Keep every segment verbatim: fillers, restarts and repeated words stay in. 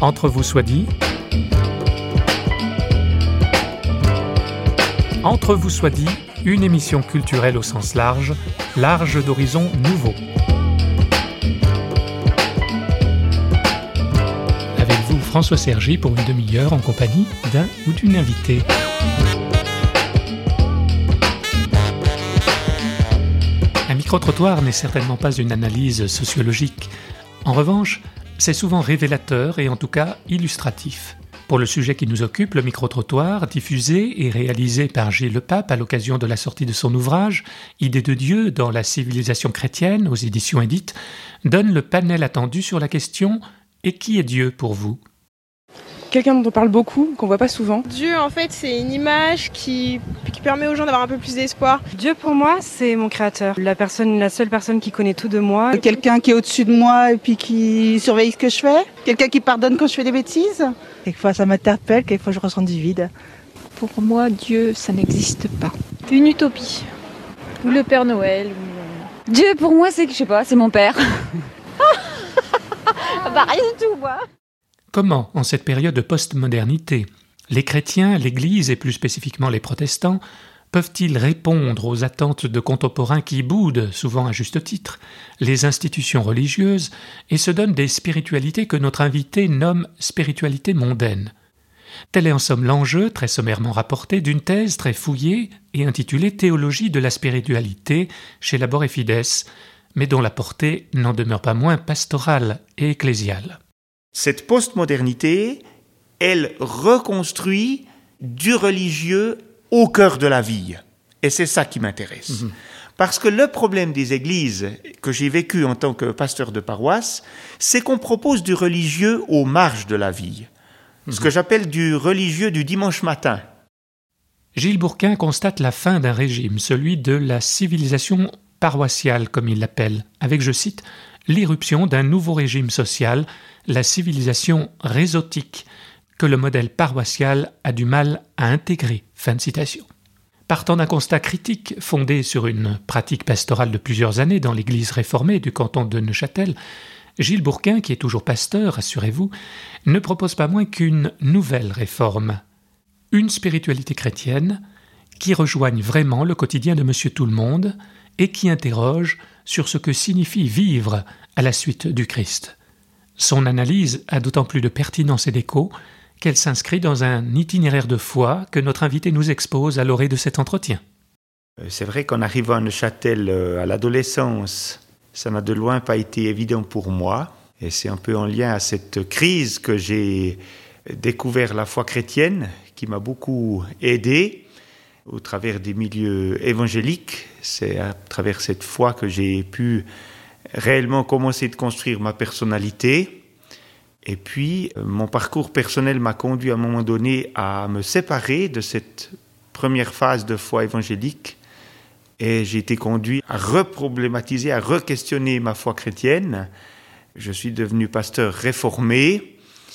Entre vous soit dit. Entre vous soit dit, une émission culturelle au sens large, large d'horizons nouveaux. Avec vous, François Sergi, pour une demi-heure en compagnie d'un ou d'une invitée. Un micro-trottoir n'est certainement pas une analyse sociologique. En revanche, c'est souvent révélateur et en tout cas illustratif. Pour le sujet qui nous occupe, le micro-trottoir, diffusé et réalisé par Gilles Lepape à l'occasion de la sortie de son ouvrage « Idées de Dieu dans la civilisation chrétienne » aux éditions Édith, donne le panel attendu sur la question « Et qui est Dieu pour vous ?» Quelqu'un dont on parle beaucoup, qu'on voit pas souvent. Dieu, en fait, c'est une image qui, qui permet aux gens d'avoir un peu plus d'espoir. Dieu, pour moi, c'est mon créateur. La personne, la seule personne qui connaît tout de moi. Quelqu'un qui est au-dessus de moi et puis qui surveille ce que je fais. Quelqu'un qui pardonne quand je fais des bêtises. Quelquefois, ça m'interpelle, quelquefois, je ressens du vide. Pour moi, Dieu, ça n'existe pas. Une utopie. Ou le Père Noël. Ou... Dieu, pour moi, c'est, je sais pas, c'est mon père. Bah, rien du tout, moi. Comment, en cette période de post-modernité, les chrétiens, l'Église et plus spécifiquement les protestants, peuvent-ils répondre aux attentes de contemporains qui boudent, souvent à juste titre, les institutions religieuses et se donnent des spiritualités que notre invité nomme spiritualités mondaines? Tel est en somme l'enjeu, très sommairement rapporté, d'une thèse très fouillée et intitulée « Théologie de la spiritualité » chez Labor et Fides, mais dont la portée n'en demeure pas moins pastorale et ecclésiale. Cette postmodernité, elle reconstruit du religieux au cœur de la vie. Et c'est ça qui m'intéresse. Mmh. Parce que le problème des églises que j'ai vécu en tant que pasteur de paroisse, c'est qu'on propose du religieux aux marges de la vie. Mmh. Ce que j'appelle du religieux du dimanche matin. Gilles Bourquin constate la fin d'un régime, celui de la civilisation paroissiale, comme il l'appelle, avec, je cite, l'irruption d'un nouveau régime social, la civilisation réseautique, que le modèle paroissial a du mal à intégrer. Fin de citation. Partant d'un constat critique fondé sur une pratique pastorale de plusieurs années dans l'église réformée du canton de Neuchâtel, Gilles Bourquin, qui est toujours pasteur, rassurez-vous, ne propose pas moins qu'une nouvelle réforme. Une spiritualité chrétienne qui rejoigne vraiment le quotidien de Monsieur Tout-le-Monde et qui interroge sur ce que signifie vivre à la suite du Christ. Son analyse a d'autant plus de pertinence et d'écho qu'elle s'inscrit dans un itinéraire de foi que notre invité nous expose à l'orée de cet entretien. C'est vrai qu'en arrivant à Neuchâtel à l'adolescence, ça n'a de loin pas été évident pour moi. Et c'est un peu en lien à cette crise que j'ai découvert la foi chrétienne, qui m'a beaucoup aidé au travers des milieux évangéliques. C'est à travers cette foi que j'ai pu réellement commencer de construire ma personnalité. Et puis, mon parcours personnel m'a conduit à un moment donné à me séparer de cette première phase de foi évangélique. Et j'ai été conduit à reproblématiser, à re-questionner ma foi chrétienne. Je suis devenu pasteur réformé.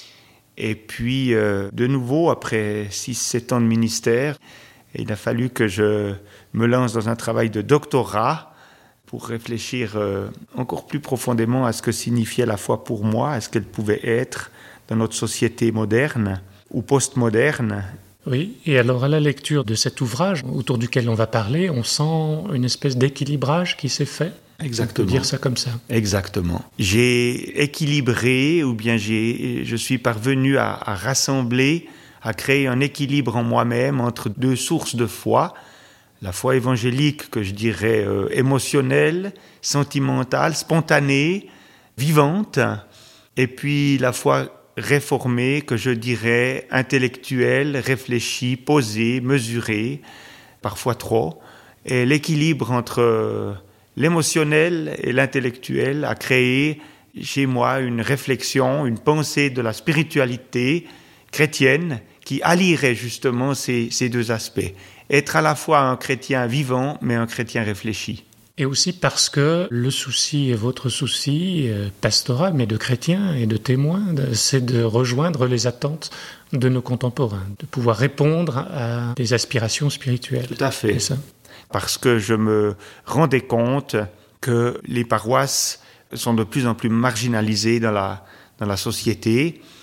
Et puis, euh, de nouveau, après six sept ans de ministère, il a fallu que je me lance dans un travail de doctorat pour réfléchir euh, encore plus profondément à ce que signifiait la foi pour moi, à ce qu'elle pouvait être dans notre société moderne ou postmoderne. Oui, et alors à la lecture de cet ouvrage autour duquel on va parler, on sent une espèce d'équilibrage qui s'est fait. Exactement. On peut dire ça comme ça. Exactement. J'ai équilibré, ou bien j'ai, je suis parvenu à, à rassembler, à créer un équilibre en moi-même entre deux sources de foi. La foi évangélique, que je dirais euh, émotionnelle, sentimentale, spontanée, vivante, et puis la foi réformée, que je dirais intellectuelle, réfléchie, posée, mesurée, parfois trop. Et l'équilibre entre euh, l'émotionnel et l'intellectuel a créé chez moi une réflexion, une pensée de la spiritualité chrétienne qui allierait justement ces, ces deux aspects. Être à la fois un chrétien vivant, mais un chrétien réfléchi. Et aussi parce que le souci, votre souci euh, pastoral, mais de chrétiens et de témoins, c'est de rejoindre les attentes de nos contemporains, de pouvoir répondre à des aspirations spirituelles. Tout à fait. C'est ça. Parce que je me rendais compte que les paroisses sont de plus en plus marginalisées dans la, dans la société.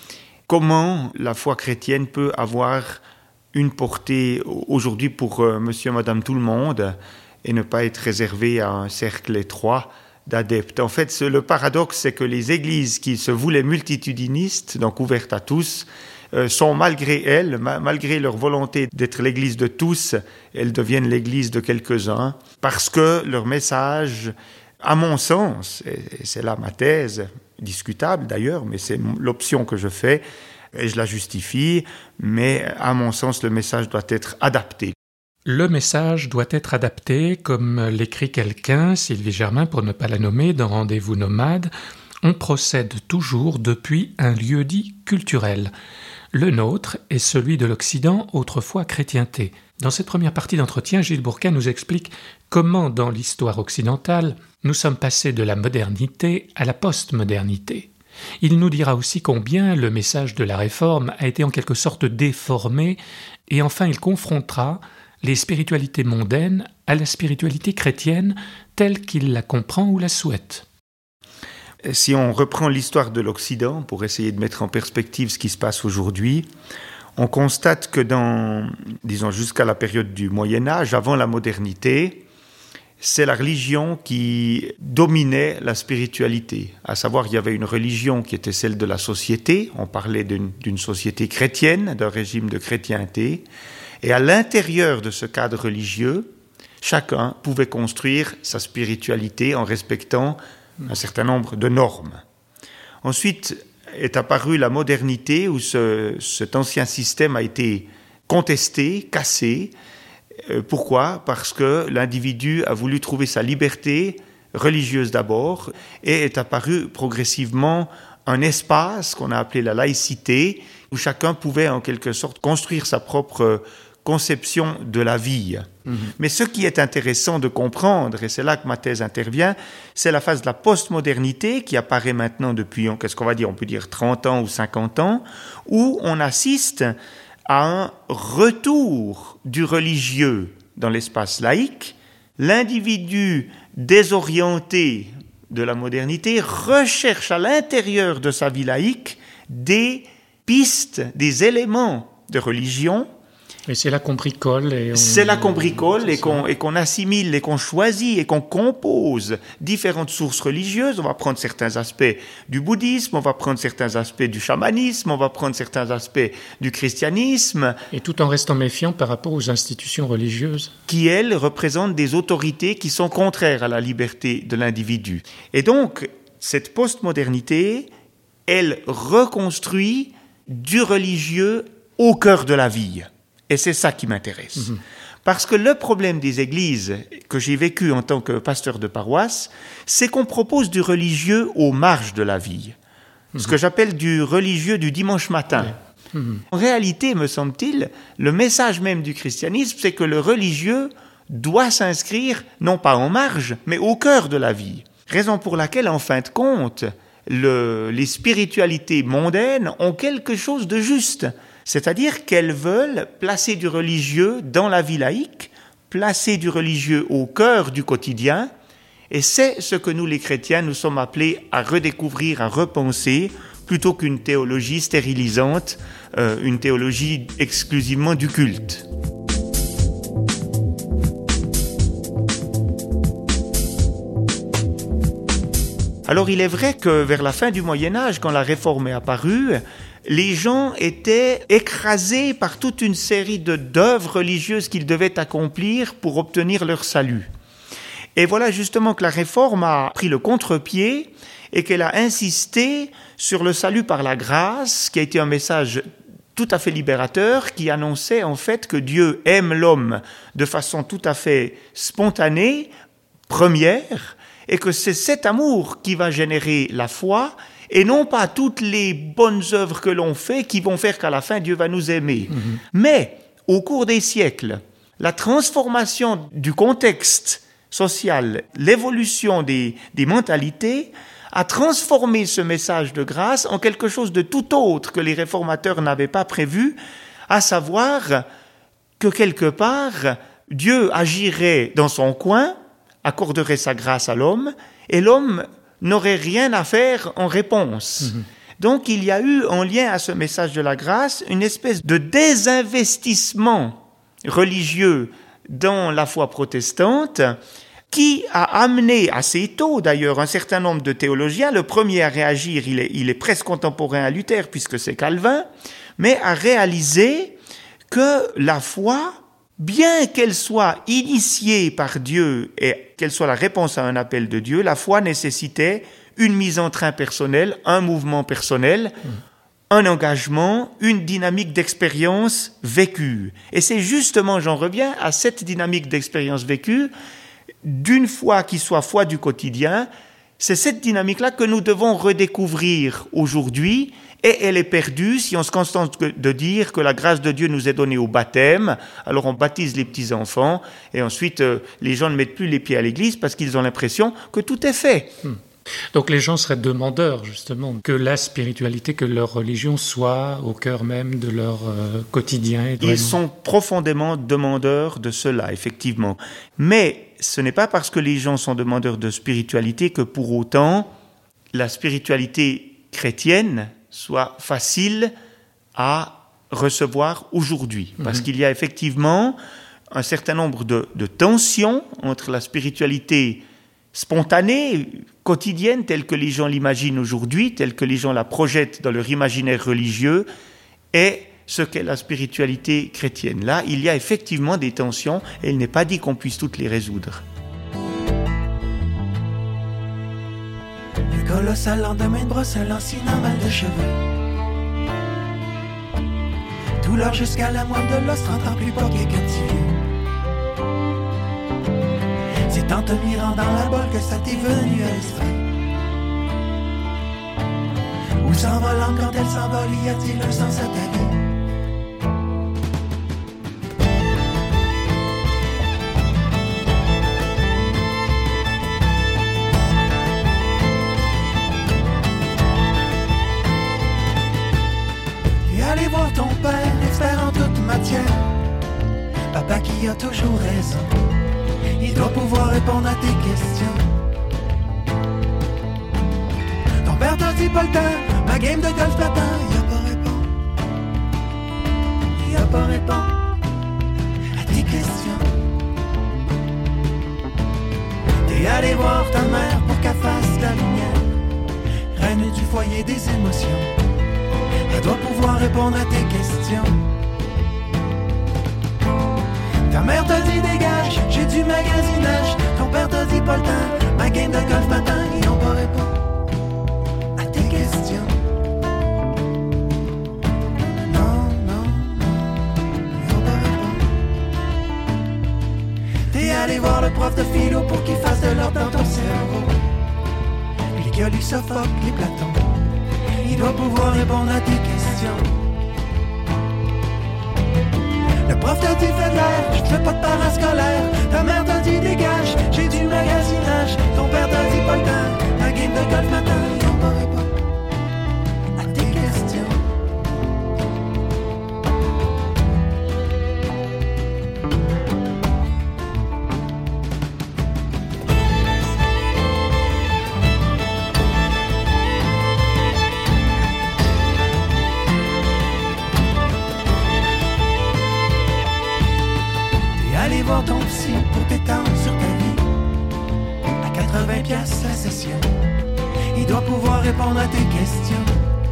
comment la foi chrétienne peut avoir une portée aujourd'hui pour euh, monsieur et madame tout le monde et ne pas être réservée à un cercle étroit d'adeptes. En fait, le paradoxe, c'est que les églises qui se voulaient multitudinistes, donc ouvertes à tous, euh, sont malgré elles, ma- malgré leur volonté d'être l'église de tous, elles deviennent l'église de quelques-uns, parce que leur message, à mon sens, et c'est là ma thèse, discutable d'ailleurs, mais c'est l'option que je fais, et je la justifie, mais à mon sens, le message doit être adapté. Le message doit être adapté, comme l'écrit quelqu'un, Sylvie Germain pour ne pas la nommer, dans Rendez-vous nomade. On procède toujours depuis un lieu dit culturel. Le nôtre est celui de l'Occident, autrefois chrétienté. Dans cette première partie d'entretien, Gilles Bourquin nous explique comment, dans l'histoire occidentale, nous sommes passés de la modernité à la postmodernité. Il nous dira aussi combien le message de la Réforme a été en quelque sorte déformé, et enfin il confrontera les spiritualités mondaines à la spiritualité chrétienne telle qu'il la comprend ou la souhaite. Si on reprend l'histoire de l'Occident, pour essayer de mettre en perspective ce qui se passe aujourd'hui, on constate que dans, disons, jusqu'à la période du Moyen-Âge, avant la modernité, c'est la religion qui dominait la spiritualité. À savoir, il y avait une religion qui était celle de la société, on parlait d'une, d'une société chrétienne, d'un régime de chrétienté, et à l'intérieur de ce cadre religieux, chacun pouvait construire sa spiritualité en respectant un certain nombre de normes. Ensuite est apparue la modernité où ce, cet ancien système a été contesté, cassé. Euh, pourquoi ? Parce que l'individu a voulu trouver sa liberté religieuse d'abord et est apparu progressivement un espace qu'on a appelé la laïcité où chacun pouvait en quelque sorte construire sa propre conception de la vie. Mmh. Mais ce qui est intéressant de comprendre, et c'est là que ma thèse intervient, c'est la phase de la postmodernité qui apparaît maintenant depuis, qu'est-ce qu'on va dire, on peut dire trente ans ou cinquante ans, où on assiste à un retour du religieux dans l'espace laïque. L'individu désorienté de la modernité recherche à l'intérieur de sa vie laïque des pistes, des éléments de religion. Et c'est là qu'on bricole. Et on... C'est là qu'on bricole et qu'on, et qu'on assimile et qu'on choisit et qu'on compose différentes sources religieuses. On va prendre certains aspects du bouddhisme, on va prendre certains aspects du chamanisme, on va prendre certains aspects du christianisme. Et tout en restant méfiant par rapport aux institutions religieuses. Qui, elles, représentent des autorités qui sont contraires à la liberté de l'individu. Et donc, cette postmodernité, elle reconstruit du religieux au cœur de la vie. Et c'est ça qui m'intéresse. Mmh. Parce que le problème des églises que j'ai vécu en tant que pasteur de paroisse, c'est qu'on propose du religieux aux marges de la vie. Mmh. Ce que j'appelle du religieux du dimanche matin. Mmh. Mmh. En réalité, me semble-t-il, le message même du christianisme, c'est que le religieux doit s'inscrire, non pas en marge, mais au cœur de la vie. Raison pour laquelle, en fin de compte, le, les spiritualités mondaines ont quelque chose de juste. C'est-à-dire qu'elles veulent placer du religieux dans la vie laïque, placer du religieux au cœur du quotidien, et c'est ce que nous les chrétiens, nous sommes appelés à redécouvrir, à repenser, plutôt qu'une théologie stérilisante, euh, une théologie exclusivement du culte. Alors il est vrai que vers la fin du Moyen-Âge, quand la Réforme est apparue, les gens étaient écrasés par toute une série de, d'œuvres religieuses qu'ils devaient accomplir pour obtenir leur salut. Et voilà justement que la Réforme a pris le contre-pied et qu'elle a insisté sur le salut par la grâce, qui a été un message tout à fait libérateur, qui annonçait en fait que Dieu aime l'homme de façon tout à fait spontanée, première, et que c'est cet amour qui va générer la foi, et non pas toutes les bonnes œuvres que l'on fait qui vont faire qu'à la fin Dieu va nous aimer. Mmh. Mais au cours des siècles, la transformation du contexte social, l'évolution des, des mentalités a transformé ce message de grâce en quelque chose de tout autre que les réformateurs n'avaient pas prévu, à savoir que quelque part, Dieu agirait dans son coin, accorderait sa grâce à l'homme, et l'homme n'aurait rien à faire en réponse. Mmh. Donc il y a eu, en lien à ce message de la grâce, une espèce de désinvestissement religieux dans la foi protestante qui a amené assez tôt d'ailleurs un certain nombre de théologiens, le premier à réagir, il est, il est presque contemporain à Luther puisque c'est Calvin, mais à réaliser que la foi, bien qu'elle soit initiée par Dieu et qu'elle soit la réponse à un appel de Dieu, la foi nécessitait une mise en train personnelle, un mouvement personnel, mmh. un engagement, une dynamique d'expérience vécue. Et c'est justement, j'en reviens, à cette dynamique d'expérience vécue, d'une foi qui soit foi du quotidien, c'est cette dynamique-là que nous devons redécouvrir aujourd'hui, et elle est perdue si on se contente de dire que la grâce de Dieu nous est donnée au baptême, alors on baptise les petits-enfants, et ensuite euh, les gens ne mettent plus les pieds à l'église parce qu'ils ont l'impression que tout est fait. Hmm. Donc les gens seraient demandeurs, justement, que la spiritualité, que leur religion soit au cœur même de leur euh, quotidien. Et de Ils vraiment... sont profondément demandeurs de cela, effectivement. Mais ce n'est pas parce que les gens sont demandeurs de spiritualité que pour autant la spiritualité chrétienne soit facile à recevoir aujourd'hui. Parce mmh. qu'il y a effectivement un certain nombre de, de tensions entre la spiritualité spontanée, quotidienne, telle que les gens l'imaginent aujourd'hui, telle que les gens la projettent dans leur imaginaire religieux, et ce qu'est la spiritualité chrétienne. Là, il y a effectivement des tensions, et il n'est pas dit qu'on puisse toutes les résoudre. Le colossal lendemain de brosse un lanci normal de cheveux. Douleur jusqu'à la moelle de l'os, trente ans plus pas qu'un petit vieux. C'est en te mirant dans la bolle que ça t'est venu à l'esprit. Où s'envolant quand elle s'envole, y a-t-il un sens à ta vie? Et aller voir ton père, expert en toute matière, papa qui a toujours raison. Il doit pouvoir répondre à tes questions. Ton père t'a dit pas le temps, ma game de golf t'attend. Il a pas répondu, il a pas répondu à tes questions. T'es allé voir ta mère pour qu'elle fasse la lumière, reine du foyer des émotions. Elle doit pouvoir répondre à tes questions. Ta mère t'a dit dégage, j'ai du magasinage. Ton père t'a dit pas le temps, ma game de golf m'attend. Ils n'ont pas répondu à tes questions. Non, non, non, ils n'ont pas répondu. T'es allé voir le prof de philo pour qu'il fasse de l'ordre dans ton cerveau. Lui que lui suffoque les Platons. Il doit pouvoir répondre à tes questions. Le prof t'a dit fais de l'air, je fais pas de parascolaire. Ta mère t'a dit dégage, j'ai du magasinage. Ton père t'a dit pas le temps, ma game de golf m'attend. Ils n'ont pas répondu à tes questions. Voir ton psy pour t'étendre sur ta vie à quatre-vingts piastres la session. Il doit pouvoir répondre à tes questions.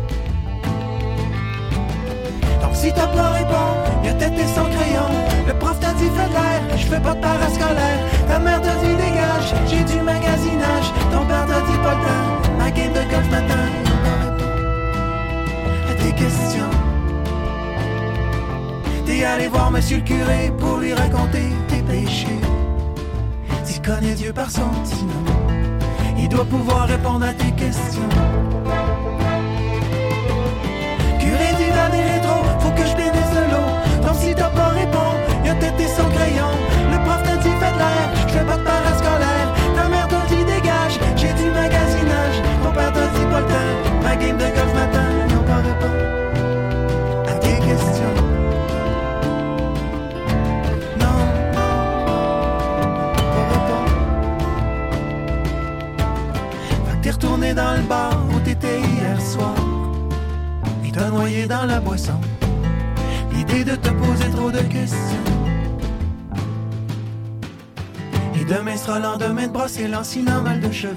Donc si t'as pas répondu, il a têté son crayon. Le prof t'a dit fais de l'air, je fais pas de parascolaire. Ta mère t'a dit dégage, j'ai du magasinage. Ton père t'a dit pas le temps, ma game de golf m'attend. Il doit répondre à tes questions. T'es allé voir monsieur le curé pour lui raconter tes péchés. S'il connaît Dieu par son petit nom, il doit pouvoir répondre à tes questions. Curé dit dans des rétros, faut que je bénisse de l'eau. Donc si t'as pas répondu, il a têté son crayon. Le prof t'a dit fais de l'air, je fais pas de parascolaire. Ta mère t'a dit dégage, j'ai du magasinage. Ton père t'a dit pas le temps, ma game de golf m'attend. Ils n'ont pas répondu à tes questions. T'es retourné dans le bar où t'étais hier soir. qui t'a noyé dans la boisson. L'idée de te poser trop de questions. Et demain sera le lendemain de brosser l'ancien mal de cheveux.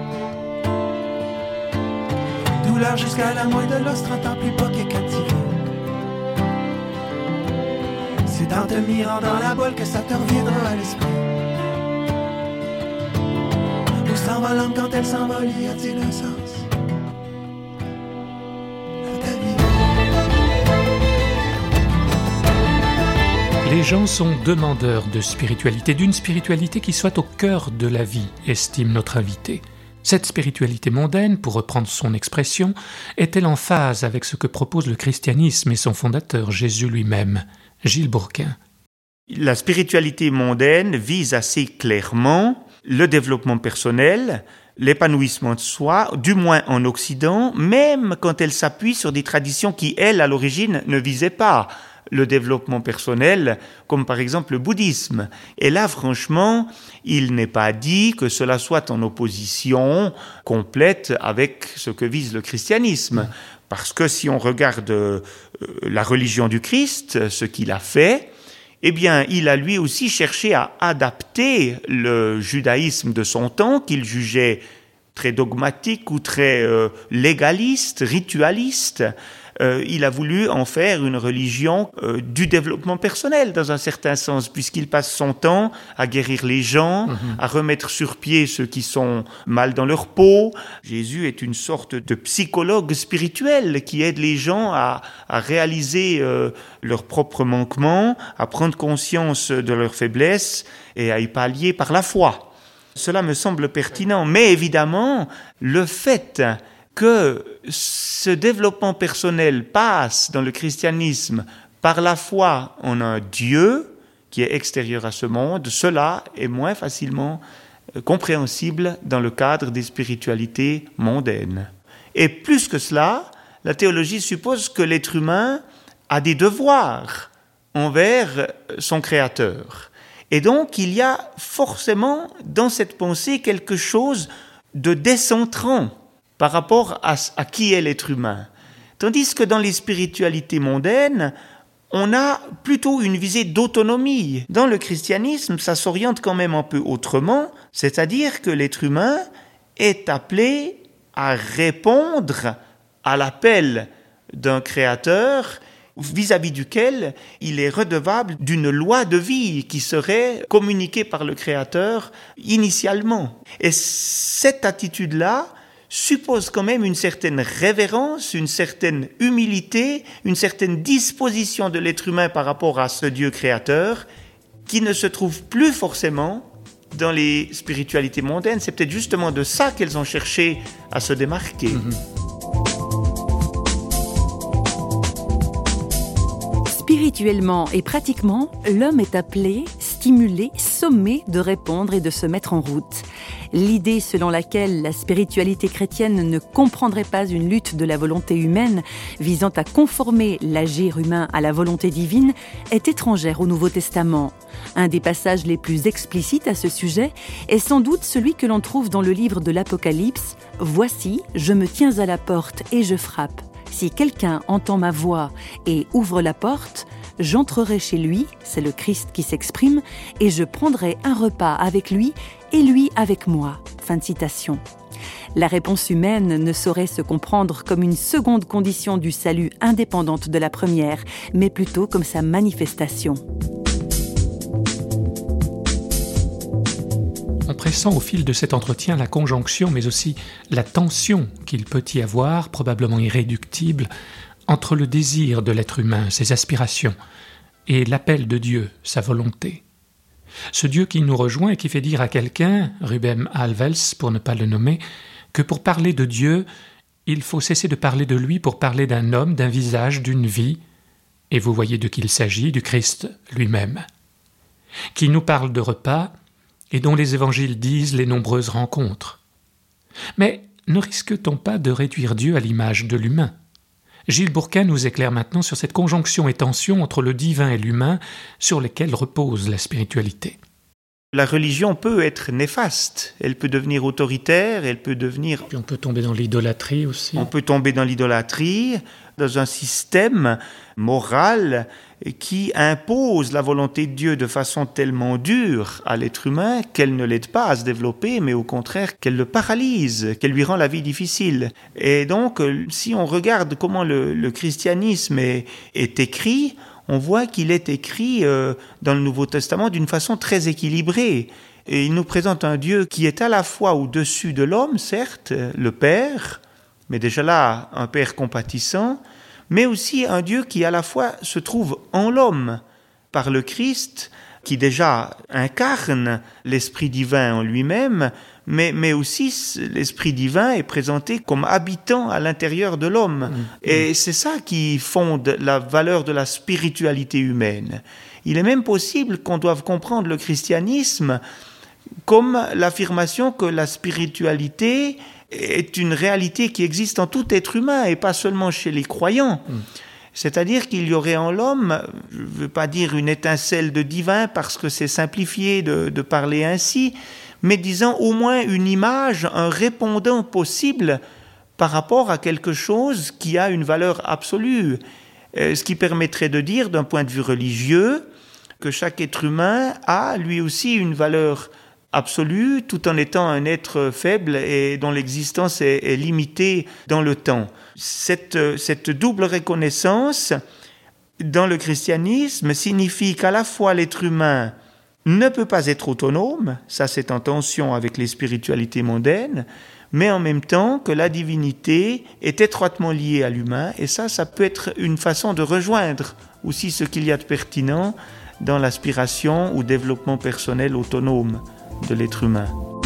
Douleur jusqu'à la moelle de l'os, trente ans plus pas que quand tu veux. C'est en te mirant dans la boîte que ça te reviendra à l'esprit. Où s'envolant quand elle s'envole, y a-t-il un sens à ta vie? Les gens sont demandeurs de spiritualité, d'une spiritualité qui soit au cœur de la vie, estime notre invité. Cette spiritualité mondaine, pour reprendre son expression, est-elle en phase avec ce que propose le christianisme et son fondateur, Jésus lui-même, Gilles Bourquin? La spiritualité mondaine vise assez clairement le développement personnel, l'épanouissement de soi, du moins en Occident, même quand elle s'appuie sur des traditions qui, elles, à l'origine, ne visaient pas le développement personnel, comme par exemple le bouddhisme. Et là, franchement, il n'est pas dit que cela soit en opposition complète avec ce que vise le christianisme. Parce que si on regarde euh, la religion du Christ, ce qu'il a fait, eh bien, il a lui aussi cherché à adapter le judaïsme de son temps, qu'il jugeait très dogmatique ou très euh, légaliste, ritualiste. Euh, il a voulu en faire une religion euh, du développement personnel, dans un certain sens, puisqu'il passe son temps à guérir les gens, mmh. à remettre sur pied ceux qui sont mal dans leur peau. Jésus est une sorte de psychologue spirituel qui aide les gens à, à réaliser euh, leurs propres manquements, à prendre conscience de leurs faiblesses et à y pallier par la foi. Cela me semble pertinent, mais évidemment, le fait que ce développement personnel passe dans le christianisme par la foi en un Dieu qui est extérieur à ce monde, cela est moins facilement compréhensible dans le cadre des spiritualités mondaines. Et plus que cela, la théologie suppose que l'être humain a des devoirs envers son Créateur. Et donc, il y a forcément dans cette pensée quelque chose de décentrant par rapport à, à qui est l'être humain. Tandis que dans les spiritualités mondaines, on a plutôt une visée d'autonomie. Dans le christianisme, ça s'oriente quand même un peu autrement, c'est-à-dire que l'être humain est appelé à répondre à l'appel d'un créateur vis-à-vis duquel il est redevable d'une loi de vie qui serait communiquée par le créateur initialement. Et cette attitude-là suppose quand même une certaine révérence, une certaine humilité, une certaine disposition de l'être humain par rapport à ce Dieu créateur qui ne se trouve plus forcément dans les spiritualités mondaines. C'est peut-être justement de ça qu'elles ont cherché à se démarquer. Mmh. Spirituellement et pratiquement, l'homme est appelé, stimulé, sommé de répondre et de se mettre en route. L'idée selon laquelle la spiritualité chrétienne ne comprendrait pas une lutte de la volonté humaine visant à conformer l'agir humain à la volonté divine est étrangère au Nouveau Testament. Un des passages les plus explicites à ce sujet est sans doute celui que l'on trouve dans le livre de l'Apocalypse « Voici, je me tiens à la porte et je frappe. Si quelqu'un entend ma voix et ouvre la porte, j'entrerai chez lui, c'est le Christ qui s'exprime, et je prendrai un repas avec lui et lui avec moi. » Fin de citation. La réponse humaine ne saurait se comprendre comme une seconde condition du salut indépendante de la première, mais plutôt comme sa manifestation. En pressant au fil de cet entretien la conjonction, mais aussi la tension qu'il peut y avoir, probablement irréductible, entre le désir de l'être humain, ses aspirations, et l'appel de Dieu, sa volonté. Ce Dieu qui nous rejoint et qui fait dire à quelqu'un, Ruben Alvels pour ne pas le nommer, que pour parler de Dieu, il faut cesser de parler de lui pour parler d'un homme, d'un visage, d'une vie, et vous voyez de qui il s'agit, du Christ lui-même, qui nous parle de repas et dont les évangiles disent les nombreuses rencontres. Mais ne risque-t-on pas de réduire Dieu à l'image de l'humain ? Gilles Bourquin nous éclaire maintenant sur cette conjonction et tension entre le divin et l'humain sur lesquelles repose la spiritualité. La religion peut être néfaste, elle peut devenir autoritaire, elle peut devenir... Puis on peut tomber dans l'idolâtrie aussi. On peut tomber dans l'idolâtrie, dans un système moral qui impose la volonté de Dieu de façon tellement dure à l'être humain qu'elle ne l'aide pas à se développer, mais au contraire qu'elle le paralyse, qu'elle lui rend la vie difficile. Et donc, si on regarde comment le, le christianisme est, est écrit, on voit qu'il est écrit euh, dans le Nouveau Testament d'une façon très équilibrée. Et il nous présente un Dieu qui est à la fois au-dessus de l'homme, certes, le Père, mais déjà là, un Père compatissant, mais aussi un Dieu qui à la fois se trouve en l'homme, par le Christ, qui déjà incarne l'Esprit divin en lui-même, mais, mais aussi l'Esprit divin est présenté comme habitant à l'intérieur de l'homme. Mmh. Et c'est ça qui fonde la valeur de la spiritualité humaine. Il est même possible qu'on doive comprendre le christianisme comme l'affirmation que la spiritualité est une réalité qui existe en tout être humain et pas seulement chez les croyants. Mmh. C'est-à-dire qu'il y aurait en l'homme, je ne veux pas dire une étincelle de divin parce que c'est simplifié de, de parler ainsi, mais disons au moins une image, un répondant possible par rapport à quelque chose qui a une valeur absolue. Euh, ce qui permettrait de dire, d'un point de vue religieux, que chaque être humain a lui aussi une valeur absolue, tout en étant un être faible et dont l'existence est, est limitée dans le temps. Cette, cette double reconnaissance dans le christianisme signifie qu'à la fois l'être humain ne peut pas être autonome, ça c'est en tension avec les spiritualités mondaines, mais en même temps que la divinité est étroitement liée à l'humain, et ça, ça peut être une façon de rejoindre aussi ce qu'il y a de pertinent dans l'aspiration ou développement personnel autonome de l'être humain.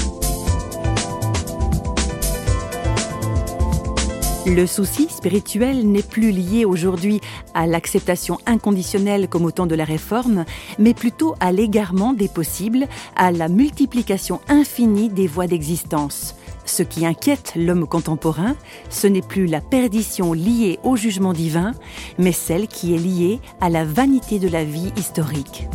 Le souci spirituel n'est plus lié aujourd'hui à l'acceptation inconditionnelle comme au temps de la Réforme, mais plutôt à l'égarement des possibles, à la multiplication infinie des voies d'existence. Ce qui inquiète l'homme contemporain, ce n'est plus la perdition liée au jugement divin, mais celle qui est liée à la vanité de la vie historique.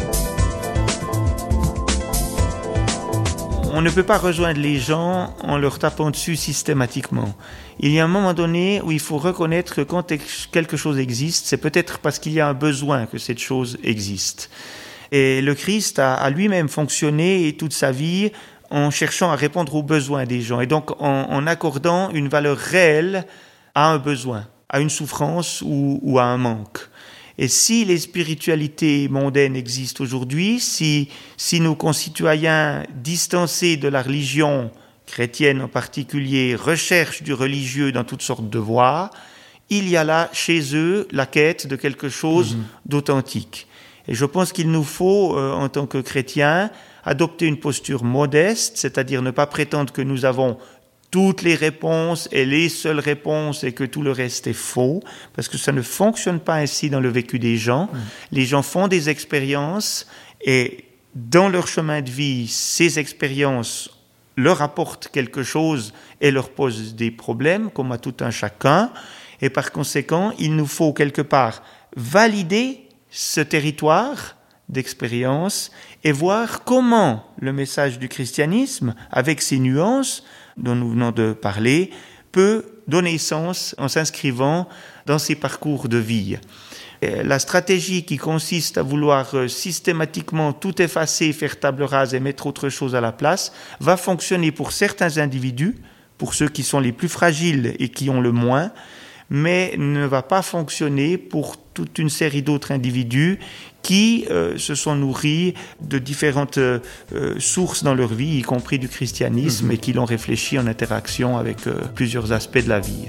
On ne peut pas rejoindre les gens en leur tapant dessus systématiquement. Il y a un moment donné où il faut reconnaître que quand quelque chose existe, c'est peut-être parce qu'il y a un besoin que cette chose existe. Et le Christ a, a lui-même fonctionné toute sa vie en cherchant à répondre aux besoins des gens, et donc en, en accordant une valeur réelle à un besoin, à une souffrance ou, ou à un manque. Et si les spiritualités mondaines existent aujourd'hui, si, si nos concitoyens distancés de la religion chrétienne en particulier recherchent du religieux dans toutes sortes de voies, il y a là chez eux la quête de quelque chose mmh. d'authentique. Et je pense qu'il nous faut, euh, en tant que chrétiens, adopter une posture modeste, c'est-à-dire ne pas prétendre que nous avons toutes les réponses et les seules réponses et que tout le reste est faux, parce que ça ne fonctionne pas ainsi dans le vécu des gens. Mmh. Les gens font des expériences et dans leur chemin de vie, ces expériences leur apportent quelque chose et leur posent des problèmes, comme à tout un chacun. Et par conséquent, il nous faut quelque part valider ce territoire d'expérience et voir comment le message du christianisme, avec ses nuances dont nous venons de parler, peut donner sens en s'inscrivant dans ces parcours de vie. La stratégie qui consiste à vouloir systématiquement tout effacer, faire table rase et mettre autre chose à la place, va fonctionner pour certains individus, pour ceux qui sont les plus fragiles et qui ont le moins, mais ne va pas fonctionner pour toute une série d'autres individus qui euh, se sont nourris de différentes euh, sources dans leur vie, y compris du christianisme, mmh. et qui l'ont réfléchi en interaction avec euh, plusieurs aspects de la vie.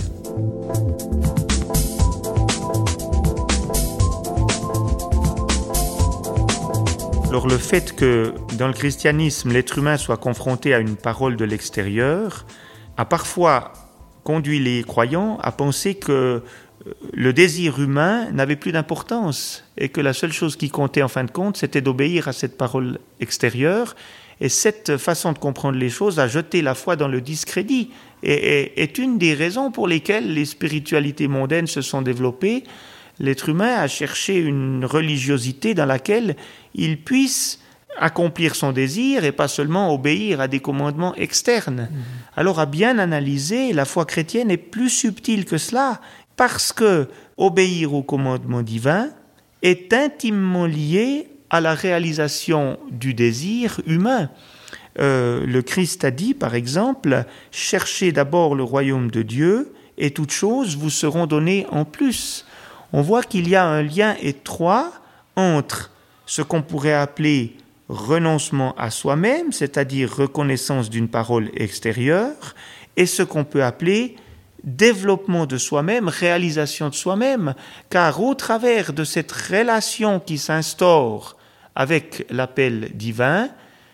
Alors le fait que dans le christianisme, l'être humain soit confronté à une parole de l'extérieur a parfois conduit les croyants à penser que le désir humain n'avait plus d'importance et que la seule chose qui comptait en fin de compte, c'était d'obéir à cette parole extérieure. Et cette façon de comprendre les choses a jeté la foi dans le discrédit et, et est une des raisons pour lesquelles les spiritualités mondaines se sont développées. L'être humain a cherché une religiosité dans laquelle il puisse accomplir son désir et pas seulement obéir à des commandements externes. Mmh. Alors à bien analyser, la foi chrétienne est plus subtile que cela, parce que obéir aux commandements divins est intimement lié à la réalisation du désir humain. Euh, le Christ a dit, par exemple, « Cherchez d'abord le royaume de Dieu, et toutes choses vous seront données en plus. » On voit qu'il y a un lien étroit entre ce qu'on pourrait appeler renoncement à soi-même, c'est-à-dire reconnaissance d'une parole extérieure, et ce qu'on peut appeler développement de soi-même, réalisation de soi-même, car au travers de cette relation qui s'instaure avec l'appel divin,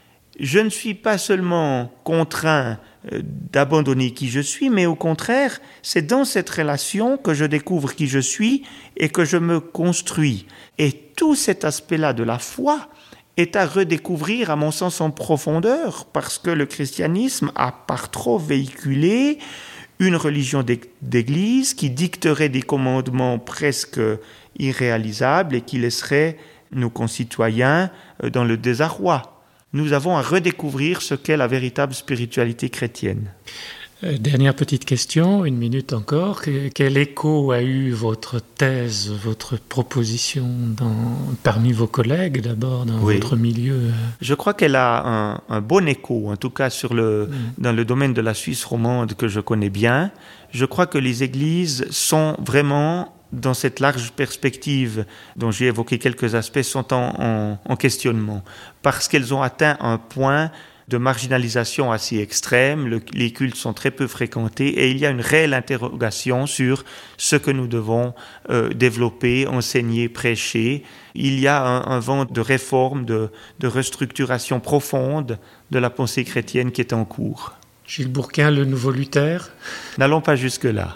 je ne suis pas seulement contraint d'abandonner qui je suis, mais au contraire, c'est dans cette relation que je découvre qui je suis et que je me construis. Et tout cet aspect-là de la foi est à redécouvrir, à mon sens, en profondeur, parce que le christianisme a par trop véhiculé une religion d'église qui dicterait des commandements presque irréalisables et qui laisserait nos concitoyens dans le désarroi. Nous avons à redécouvrir ce qu'est la véritable spiritualité chrétienne. Euh, dernière petite question, une minute encore. Quel écho a eu votre thèse, votre proposition dans, parmi vos collègues, d'abord, dans oui. votre milieu? Je crois qu'elle a un, un bon écho, en tout cas sur le, mmh. dans le domaine de la Suisse romande que je connais bien. Je crois que les églises sont vraiment, dans cette large perspective dont j'ai évoqué quelques aspects, sont en, en, en questionnement, parce qu'elles ont atteint un point de marginalisation assez extrême, le, les cultes sont très peu fréquentés et il y a une réelle interrogation sur ce que nous devons euh, développer, enseigner, prêcher. Il y a un, un vent de réforme, de, de restructuration profonde de la pensée chrétienne qui est en cours. Gilles Bourquin, le nouveau Luther? N'allons pas jusque-là.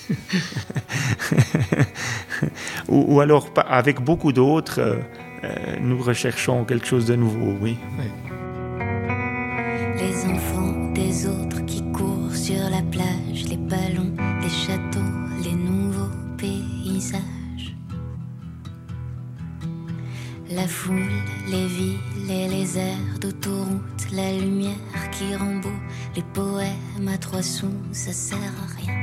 ou, ou alors, avec beaucoup d'autres, euh, euh, nous recherchons quelque chose de nouveau, oui. oui. Les enfants des autres qui courent sur la plage, les ballons, les châteaux, les nouveaux paysages. La foule, les villes et les airs d'autoroute, la lumière qui rend beau, les poèmes à trois sous, ça sert à rien.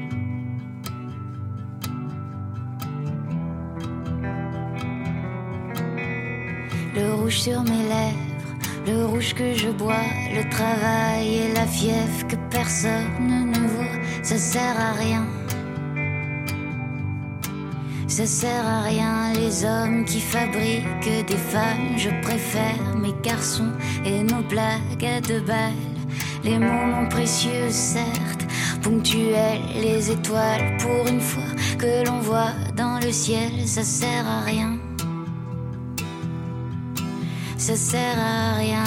Le rouge sur mes lèvres, le rouge que je bois, le travail et la fièvre que personne ne voit, ça sert à rien. Ça sert à rien les hommes qui fabriquent des femmes. Je préfère mes garçons et nos blagues à deux balles. Les moments précieux certes, ponctuels, les étoiles pour une fois que l'on voit dans le ciel, ça sert à rien. Ça sert à rien.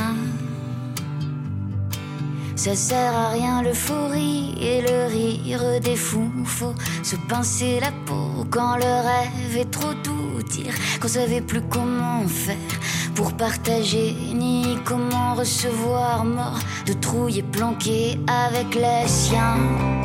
Ça sert à rien l'euphorie et le rire des fous. Faut se pincer la peau quand le rêve est trop doux. Dire qu'on savait plus comment faire pour partager, ni comment recevoir, mort de trouille et planqué avec les siens.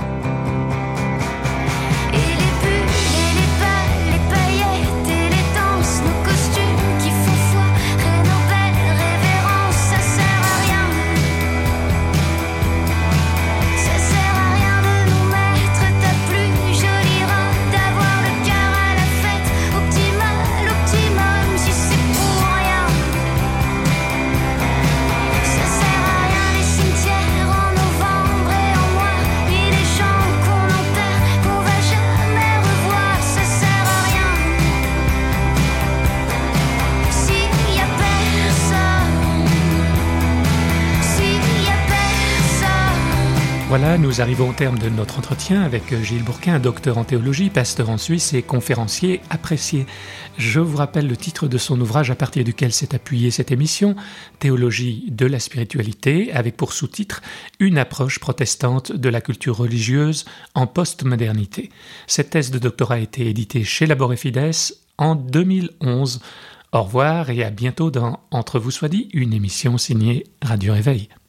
Voilà, nous arrivons au terme de notre entretien avec Gilles Bourquin, docteur en théologie, pasteur en Suisse et conférencier apprécié. Je vous rappelle le titre de son ouvrage à partir duquel s'est appuyée cette émission, Théologie de la spiritualité, avec pour sous-titre « Une approche protestante de la culture religieuse en postmodernité ». Cette thèse de doctorat a été éditée chez Labor et Fides en deux mille onze. Au revoir et à bientôt dans Entre vous soit dit, une émission signée Radio Réveil.